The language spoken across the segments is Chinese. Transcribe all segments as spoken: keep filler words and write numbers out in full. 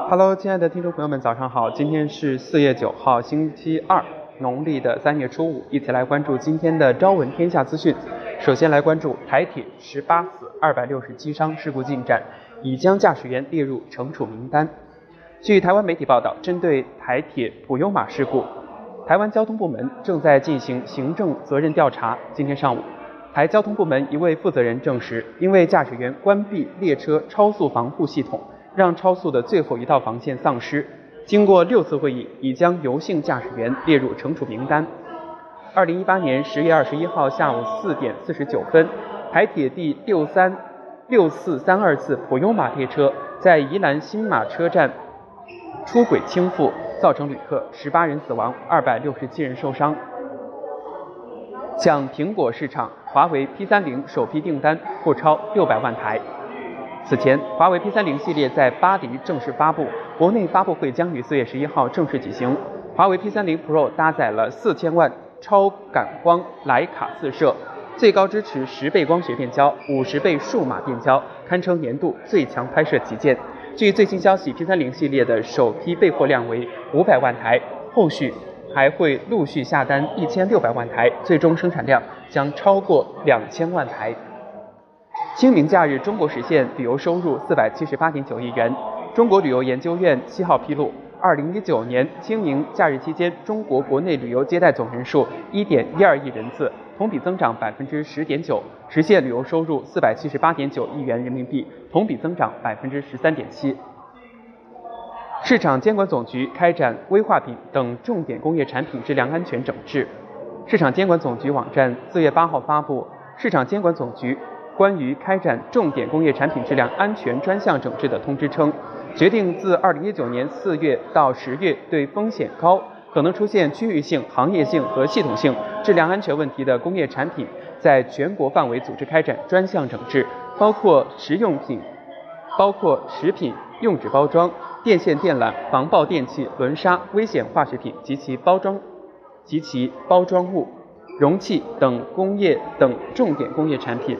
Hello， 亲爱的听众朋友们，早上好！今天是四月九号，星期二，农历的三月初五，一起来关注今天的朝闻天下资讯。首先来关注台铁十八死二百六十七伤事故进展，已将驾驶员列入惩处名单。据台湾媒体报道，针对台铁普悠玛事故，台湾交通部门正在进行行政责任调查。今天上午，台交通部门一位负责人证实，因为驾驶员关闭列车超速防护系统，让超速的最后一道防线丧失。经过六次会议，已将尤姓驾驶员列入惩处名单。二零一八年十月二十一号下午四点四十九分，台铁第六三六四三二次普悠玛列车在宜兰新马车站出轨倾覆，造成旅客十八人死亡，二百六十七人受伤。抢苹果市场，华为 P 三十 首批订单破超六百万台。此前，华为 P 三十 系列在巴黎正式发布，国内发布会将于四月十一号正式举行。华为 P 三十 Pro 搭载了四千万超感光徕卡四摄，最高支持十倍光学变焦、五十倍数码变焦，堪称年度最强拍摄旗舰。据最新消息 ，P 三十 系列的首批备货量为五百万台，后续还会陆续下单一千六百万台，最终生产量将超过两千万台。清明假日，中国实现旅游收入四百七十八点九亿元。中国旅游研究院七号披露，二零一九年清明假日期间，中国国内旅游接待总人数一点一二亿人次，同比增长百分之十点九，实现旅游收入四百七十八点九亿元人民币，同比增长百分之十三点七。市场监管总局开展危化品等重点工业产品质量安全整治。市场监管总局网站四月八号发布市场监管总局关于开展重点工业产品质量安全专项整治的通知称，决定自二零一九年四月到十月，对风险高、可能出现区域性、行业性和系统性质量安全问题的工业产品，在全国范围组织开展专项整治，包括食用品、包括食品、用纸包装、电线电缆、防爆电器、轮刹、危险化学品及其包装及其包装物、容器等工业等重点工业产品。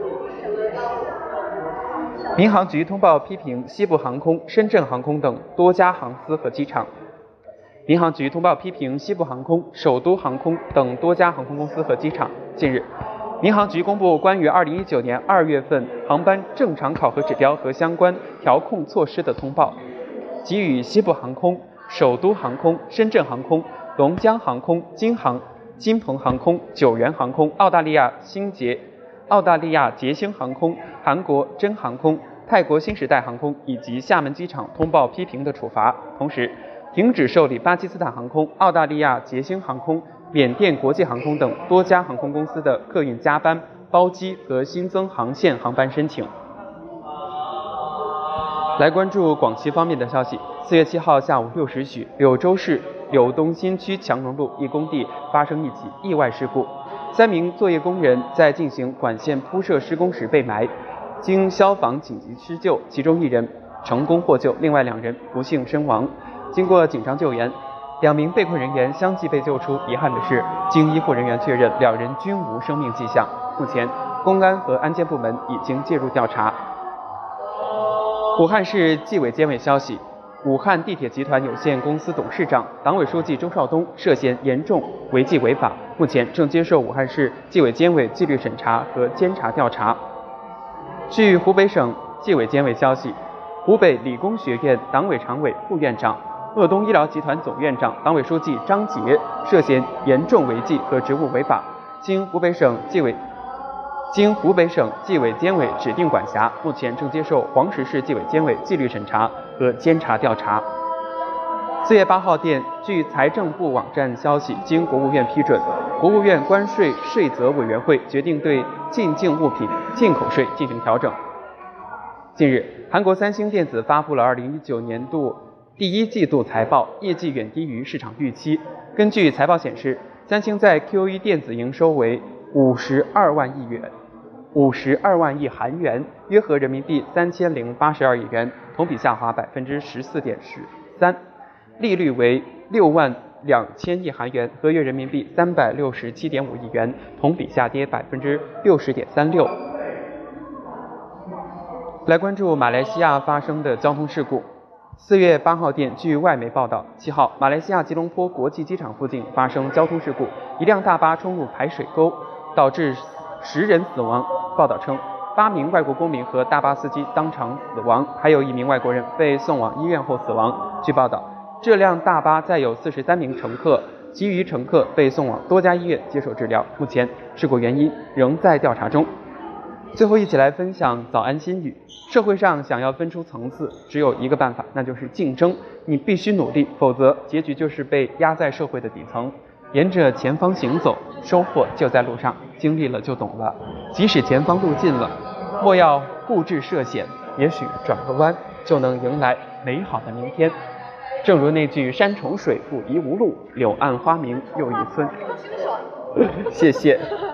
民航局通报批评西部航空、深圳航空等多家航司和机场。民航局通报批评西部航空、首都航空等多家航空公司和机场。近日，民航局公布关于二零一九年二月份航班正常考核指标和相关调控措施的通报，给予西部航空、首都航空、深圳航空、龙江航空、金航、金鹏航空、九元航空、澳大利亚星捷、澳大利亚捷星航空、韩国真航空、泰国新时代航空以及厦门机场通报批评的处罚，同时停止受理巴基斯坦航空、澳大利亚捷星航空、缅甸国际航空等多家航空公司的客运加班、包机和新增航线航班申请。来关注广西方面的消息。四月七号下午六时许，柳州市柳东新区强荣路一工地发生一起意外事故，三名作业工人在进行管线铺设施工时被埋，经消防紧急施救，其中一人成功获救，另外两人不幸身亡。经过紧张救援，两名被困人员相继被救出。遗憾的是，经医护人员确认，两人均无生命迹象。目前，公安和安监部门已经介入调查。武汉市纪委监委消息，武汉地铁集团有限公司董事长、党委书记周绍东涉嫌严重违纪违法，目前正接受武汉市纪委监委纪律审查和监察调查。据湖北省纪委监委消息，湖北理工学院党委常委、副院长、鄂东医疗集团总院长、党委书记张杰涉嫌严重违纪和职务违法，经湖北省纪委经湖北省纪委监委指定管辖，目前正接受黄石市纪委监委纪律审查和监察调查。四月八号电，据财政部网站消息，经国务院批准，国务院关税税则委员会决定对进境物品进口税进行调整。近日，韩国三星电子发布了二零一九年度第一季度财报，业绩远低于市场预期。根据财报显示，三星在 Q 一 电子营收为五十二万亿元，五十二万亿韩元，约合人民币三千零八十二亿元，同比下滑百分之十四点十三，利率为六万两千亿韩元，合约人民币三百六十七点五亿元，同比下跌百分之六十点三六。来关注马来西亚发生的交通事故。 四月八号电，据外媒报道，七号，马来西亚吉隆坡国际机场附近发生交通事故，一辆大巴冲入排水沟，导致十人死亡。报道称，八名外国公民和大巴司机当场死亡，还有一名外国人被送往医院后死亡。据报道，这辆大巴载有四十三名乘客，其余乘客被送往多家医院接受治疗。目前，事故原因仍在调查中。最后，一起来分享早安心语。社会上想要分出层次，只有一个办法，那就是竞争。你必须努力，否则结局就是被压在社会的底层。沿着前方行走，收获就在路上，经历了就懂了。即使前方路近了，莫要固执涉险，也许转个弯就能迎来美好的明天。正如那句山重水复疑无路，柳暗花明又一村。谢谢。